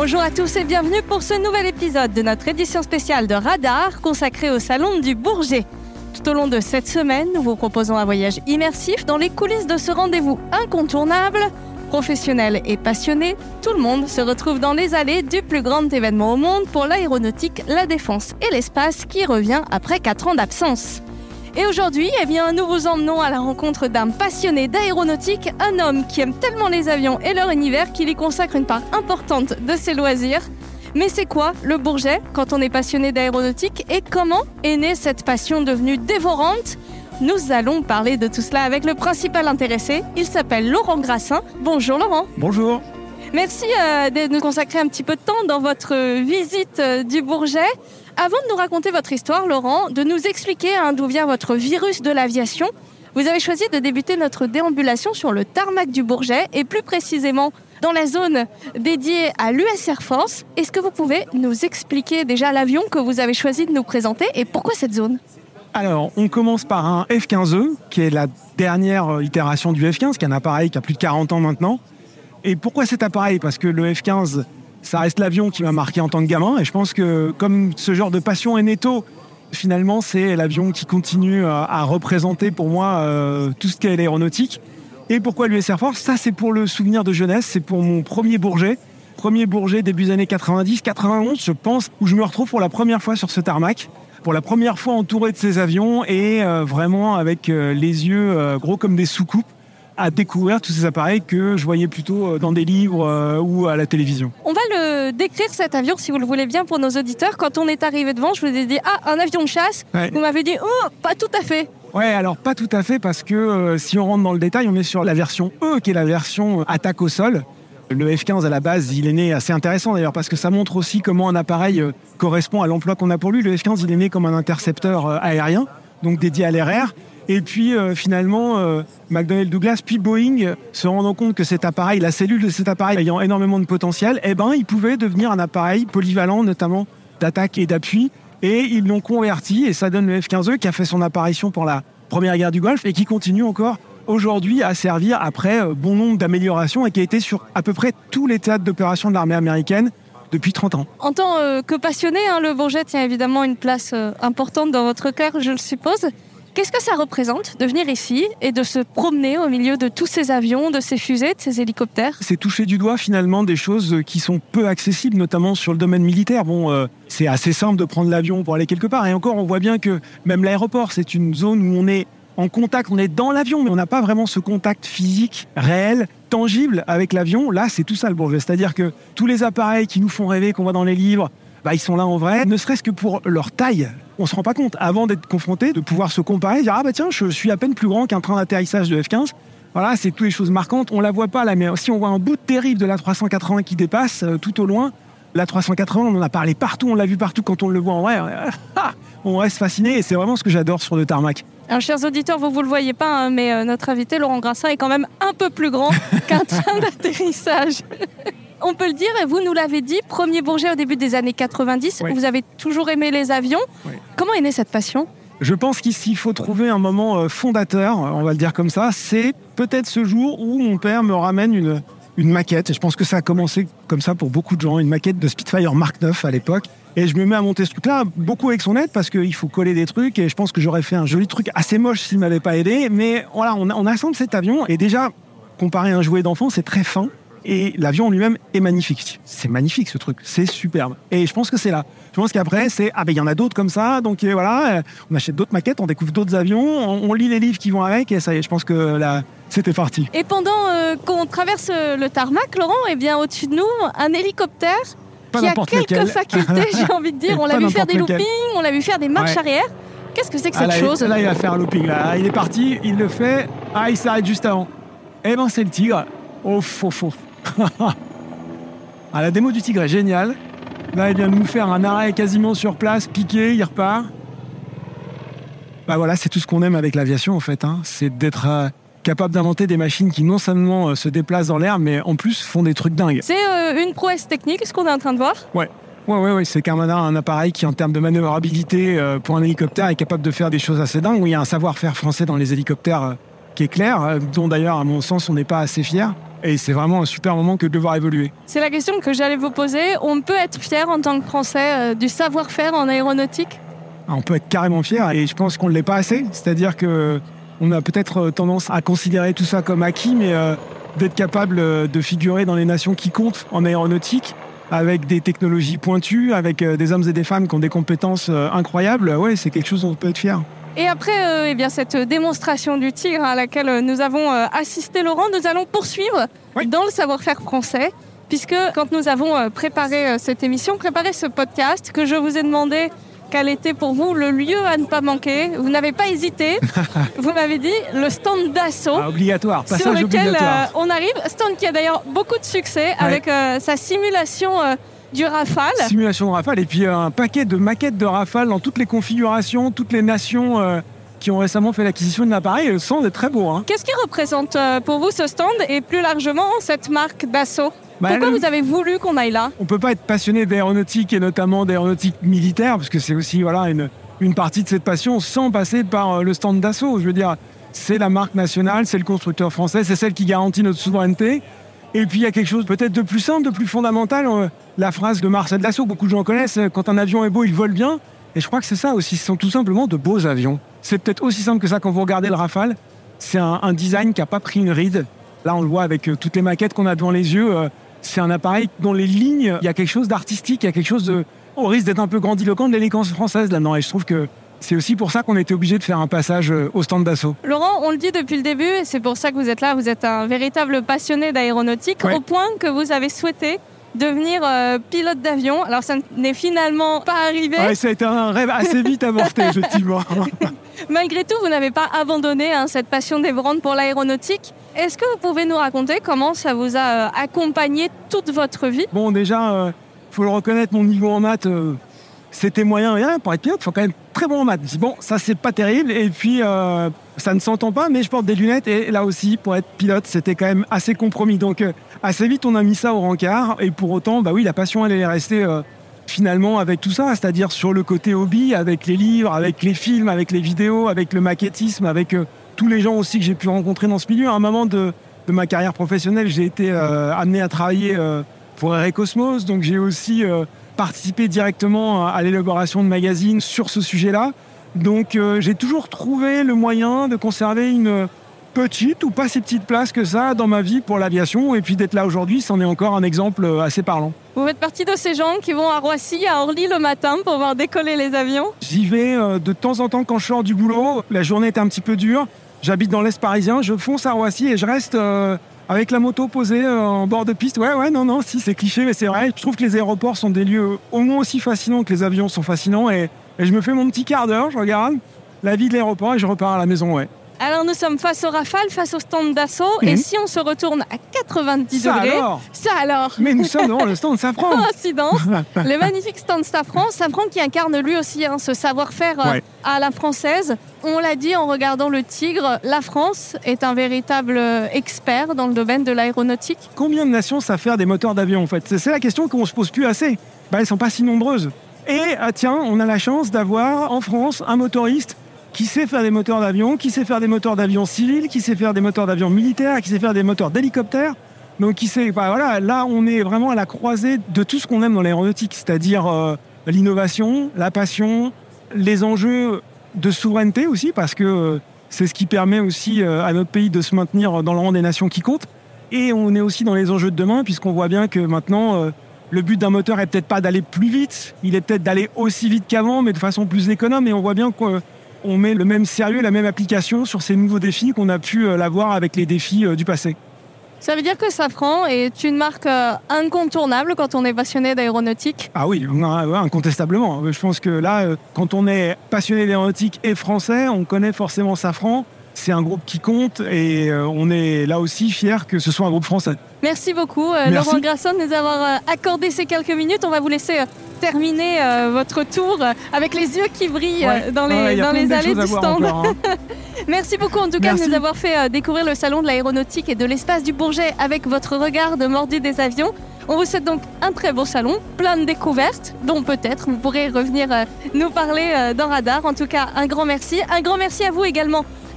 Bonjour à tous et bienvenue pour ce nouvel épisode de notre édition spéciale de Radar consacrée au Salon du Bourget. Tout au long de cette semaine, nous vous proposons un voyage immersif dans les coulisses de ce rendez-vous incontournable. Professionnels et passionnés, tout le monde se retrouve dans les allées du plus grand événement au monde pour l'aéronautique, la défense et l'espace qui revient après 4 ans d'absence. Et aujourd'hui, nous vous emmenons à la rencontre d'un passionné d'aéronautique, un homme qui aime tellement les avions et leur univers qu'il y consacre une part importante de ses loisirs. Mais c'est quoi le Bourget quand on est passionné d'aéronautique et comment est née cette passion devenue dévorante ? Nous allons parler de tout cela avec le principal intéressé. Il s'appelle Laurent Grassin. Bonjour Laurent. Bonjour. Merci de nous consacrer un petit peu de temps dans votre visite du Bourget. Avant de nous raconter votre histoire, Laurent, de nous expliquer d'où vient votre virus de l'aviation, vous avez choisi de débuter notre déambulation sur le tarmac du Bourget et plus précisément dans la zone dédiée à l'US Air Force. Est-ce que vous pouvez nous expliquer déjà l'avion que vous avez choisi de nous présenter et pourquoi cette zone ? Alors, on commence par un F-15E, qui est la dernière itération du F-15, qui est un appareil qui a plus de 40 ans maintenant. Et pourquoi cet appareil ? Parce que le F-15, ça reste l'avion qui m'a marqué en tant que gamin. Et je pense que comme ce genre de passion est né tôt, finalement, c'est l'avion qui continue à représenter pour moi tout ce qu'est l'aéronautique. Et pourquoi l'US Air Force ? Ça, c'est pour le souvenir de jeunesse, c'est pour mon premier Bourget. Premier Bourget début des années 90, 91, je pense, où je me retrouve pour la première fois sur ce tarmac. Pour la première fois entouré de ces avions et vraiment avec les yeux gros comme des soucoupes à découvrir tous ces appareils que je voyais plutôt dans des livres ou à la télévision. On va le décrire cet avion si vous le voulez bien pour nos auditeurs. Quand on est arrivé devant, je vous ai dit « Ah, un avion de chasse ». Vous m'avez dit « Oh, pas tout à fait ». Ouais, alors pas tout à fait parce que si on rentre dans le détail, on est sur la version E qui est la version attaque au sol. Le F-15 à la base, il est né assez intéressant d'ailleurs parce que ça montre aussi comment un appareil correspond à l'emploi qu'on a pour lui. Le F-15, il est né comme un intercepteur aérien, donc dédié à l'RR. Et puis finalement, McDonnell Douglas puis Boeing, se rendant compte que cet appareil, la cellule de cet appareil ayant énormément de potentiel, il pouvait devenir un appareil polyvalent, notamment d'attaque et d'appui. Et ils l'ont converti et ça donne le F-15E qui a fait son apparition pour la première guerre du Golfe et qui continue encore aujourd'hui à servir après bon nombre d'améliorations et qui a été sur à peu près tous les théâtres d'opération de l'armée américaine depuis 30 ans. En tant que passionné, le Bourget tient évidemment une place importante dans votre cœur, je le suppose. Qu'est-ce que ça représente de venir ici et de se promener au milieu de tous ces avions, de ces fusées, de ces hélicoptères ? C'est toucher du doigt finalement des choses qui sont peu accessibles, notamment sur le domaine militaire. C'est assez simple de prendre l'avion pour aller quelque part. Et encore, on voit bien que même l'aéroport, c'est une zone où on est en contact, on est dans l'avion, mais on n'a pas vraiment ce contact physique, réel, tangible avec l'avion. Là, c'est tout ça le Bourget. C'est-à-dire que tous les appareils qui nous font rêver, qu'on voit dans les livres, ils sont là en vrai, ne serait-ce que pour leur taille. On ne se rend pas compte, avant d'être confronté, de pouvoir se comparer, dire « Ah tiens, je suis à peine plus grand qu'un train d'atterrissage de F-15 ». Voilà, c'est toutes les choses marquantes. On ne la voit pas là, mais si on voit un bout de terrible de l'A380 qui dépasse tout au loin, l'A380, on en a parlé partout, on l'a vu partout quand on le voit en vrai. On reste fasciné et c'est vraiment ce que j'adore sur le tarmac. Alors, chers auditeurs, vous ne le voyez pas, mais notre invité, Laurent Grassin, est quand même un peu plus grand qu'un train d'atterrissage. On peut le dire, et vous nous l'avez dit, premier Bourget au début des années 90, oui. Vous avez toujours aimé les avions. Oui. Comment est née cette passion ? Je pense qu'ici, il faut trouver un moment fondateur, on va le dire comme ça. C'est peut-être ce jour où mon père me ramène une maquette. Et je pense que ça a commencé comme ça pour beaucoup de gens, une maquette de Spitfire Mark IX à l'époque. Et je me mets à monter ce truc-là, beaucoup avec son aide, parce qu'il faut coller des trucs. Et je pense que j'aurais fait un joli truc assez moche s'il ne m'avait pas aidé. Mais voilà, on assemble cet avion. Et déjà, comparé à un jouet d'enfant, c'est très fin. Et l'avion en lui-même est magnifique. C'est magnifique ce truc, c'est superbe. Et je pense que c'est là. Je pense qu'après, il y en a d'autres comme ça. Donc voilà, on achète d'autres maquettes, on découvre d'autres avions, on lit les livres qui vont avec et ça y est, je pense que là, c'était parti. Et pendant qu'on traverse le tarmac, Laurent, au-dessus de nous, un hélicoptère qui a quelques facultés, j'ai envie de dire. On l'a vu faire des loopings, on l'a vu faire des marches arrière. Qu'est-ce que c'est que cette chose ? Là, il va faire un looping. Là, il est parti, il le fait. Il s'arrête juste avant. C'est le Tigre. La démo du Tigre est géniale. Là, il vient de nous faire un arrêt quasiment sur place, piqué, il repart. Voilà, c'est tout ce qu'on aime avec l'aviation en fait. C'est d'être capable d'inventer des machines qui non seulement se déplacent dans l'air, mais en plus font des trucs dingues. C'est une prouesse technique, ce qu'on est en train de voir ? Ouais, c'est quand même un appareil qui, en termes de manœuvrabilité pour un hélicoptère, est capable de faire des choses assez dingues. Il y a un savoir-faire français dans les hélicoptères qui est clair, dont d'ailleurs, à mon sens, on n'est pas assez fiers. Et c'est vraiment un super moment que de le voir évoluer. C'est la question que j'allais vous poser. On peut être fier en tant que Français du savoir-faire en aéronautique ? On peut être carrément fier et je pense qu'on ne l'est pas assez. C'est-à-dire qu'on a peut-être tendance à considérer tout ça comme acquis, mais d'être capable de figurer dans les nations qui comptent en aéronautique, avec des technologies pointues, avec des hommes et des femmes qui ont des compétences incroyables, ouais, c'est quelque chose dont on peut être fier. Et après cette démonstration du tigre à laquelle nous avons assisté, Laurent, nous allons poursuivre dans le savoir-faire français, puisque quand nous avons préparé cette émission, préparé ce podcast, que je vous ai demandé quel était pour vous le lieu à ne pas manquer, vous n'avez pas hésité. Vous m'avez dit le stand Dassault. Obligatoire, passage sur lequel obligatoire. On arrive. Stand qui a d'ailleurs beaucoup de succès avec sa simulation du Rafale. Simulation de Rafale et puis un paquet de maquettes de Rafale dans toutes les configurations, toutes les nations qui ont récemment fait l'acquisition de l'appareil. Le stand est très beau. Hein. Qu'est-ce qui représente pour vous ce stand et plus largement cette marque Dassault ? Pourquoi vous avez voulu qu'on aille là ? On ne peut pas être passionné d'aéronautique et notamment d'aéronautique militaire, parce que c'est aussi une partie de cette passion, sans passer par le stand Dassault. Je veux dire, c'est la marque nationale, c'est le constructeur français, c'est celle qui garantit notre souveraineté. Et puis il y a quelque chose peut-être de plus simple, de plus fondamental, la phrase de Marcel Dassault, beaucoup de gens connaissent, quand un avion est beau, il vole bien. Et je crois que c'est ça aussi, ce sont tout simplement de beaux avions. C'est peut-être aussi simple que ça quand vous regardez le Rafale. C'est un design qui n'a pas pris une ride. Là, on le voit avec toutes les maquettes qu'on a devant les yeux. C'est un appareil dont les lignes, il y a quelque chose d'artistique, il y a quelque chose de... On risque d'être un peu grandiloquent de l'élégance française là-dedans. Et je trouve que c'est aussi pour ça qu'on était obligé de faire un passage au stand Dassault. Laurent, on le dit depuis le début, et c'est pour ça que vous êtes là, vous êtes un véritable passionné d'aéronautique, au point que vous avez souhaité devenir pilote d'avion. Alors ça n'est finalement pas arrivé. Ouais, ça a été un rêve assez vite avorté, effectivement. Malgré tout, vous n'avez pas abandonné cette passion dévorante pour l'aéronautique. Est-ce que vous pouvez nous raconter comment ça vous a accompagné toute votre vie ? Bon, déjà, faut le reconnaître, mon niveau en maths, c'était moyen. Pour être pilote, il faut quand même très bon en maths. Je dis, bon, ça, c'est pas terrible. Et puis, ça ne s'entend pas, mais je porte des lunettes. Et là aussi, pour être pilote, c'était quand même assez compromis. Donc, assez vite, on a mis ça au rencard. Et pour autant, bah oui, la passion, elle est restée finalement avec tout ça. C'est-à-dire sur le côté hobby, avec les livres, avec les films, avec les vidéos, avec le maquettisme, avec tous les gens aussi que j'ai pu rencontrer dans ce milieu. À un moment de ma carrière professionnelle, j'ai été amené à travailler pour Air et Cosmos. Donc, j'ai aussi... participer directement à l'élaboration de magazines sur ce sujet-là. Donc j'ai toujours trouvé le moyen de conserver une petite ou pas si petite place que ça dans ma vie pour l'aviation. Et puis d'être là aujourd'hui, c'en est encore un exemple assez parlant. Vous faites partie de ces gens qui vont à Roissy, à Orly le matin pour voir décoller les avions ? J'y vais de temps en temps quand je sors du boulot. La journée est un petit peu dure. J'habite dans l'Est parisien. Je fonce à Roissy et je reste... avec la moto posée en bord de piste. Si, c'est cliché, mais c'est vrai. Je trouve que les aéroports sont des lieux au moins aussi fascinants que les avions sont fascinants. Et je me fais mon petit quart d'heure, je regarde la vie de l'aéroport et je repars à la maison, Alors nous sommes face au Rafale, face au stand Dassault. Et si on se retourne à 90 degrés... Ça alors Mais nous sommes devant le stand Safran. Coïncidence. Le magnifique stand Safran qui incarne lui aussi ce savoir-faire à la française. On l'a dit en regardant le Tigre, la France est un véritable expert dans le domaine de l'aéronautique. Combien de nations savent faire des moteurs d'avion en fait ? C'est la question qu'on ne se pose plus assez. Elles ne sont pas si nombreuses. Et tiens, on a la chance d'avoir en France un motoriste qui sait faire des moteurs d'avion, qui sait faire des moteurs d'avion civils, qui sait faire des moteurs d'avion militaires, qui sait faire des moteurs d'hélicoptères. Donc qui sait, là on est vraiment à la croisée de tout ce qu'on aime dans l'aéronautique, c'est-à-dire l'innovation, la passion, les enjeux de souveraineté aussi, parce que c'est ce qui permet aussi à notre pays de se maintenir dans le rang des nations qui comptent. Et on est aussi dans les enjeux de demain, puisqu'on voit bien que maintenant, le but d'un moteur est peut-être pas d'aller plus vite, il est peut-être d'aller aussi vite qu'avant, mais de façon plus économe. Et on voit bien qu'on met le même sérieux, la même application sur ces nouveaux défis qu'on a pu l'avoir avec les défis du passé. Ça veut dire que Safran est une marque incontournable quand on est passionné d'aéronautique ? Ah oui, incontestablement. Je pense que là, quand on est passionné d'aéronautique et français, on connaît forcément Safran. C'est un groupe qui compte et on est là aussi fiers que ce soit un groupe français. Merci beaucoup, Laurent Grasson, de nous avoir accordé ces quelques minutes. On va vous laisser terminer votre tour avec les yeux qui brillent dans les allées du stand. Encore, hein. Merci beaucoup en tout cas de nous avoir fait découvrir le salon de l'aéronautique et de l'espace du Bourget avec votre regard de mordu des avions. On vous souhaite donc un très beau salon, plein de découvertes, dont peut-être vous pourrez revenir nous parler dans Radar. En tout cas, un grand merci. Un grand merci à vous également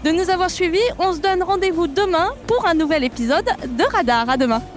de nous avoir suivis. On se donne rendez-vous demain pour un nouvel épisode de Radar. À demain.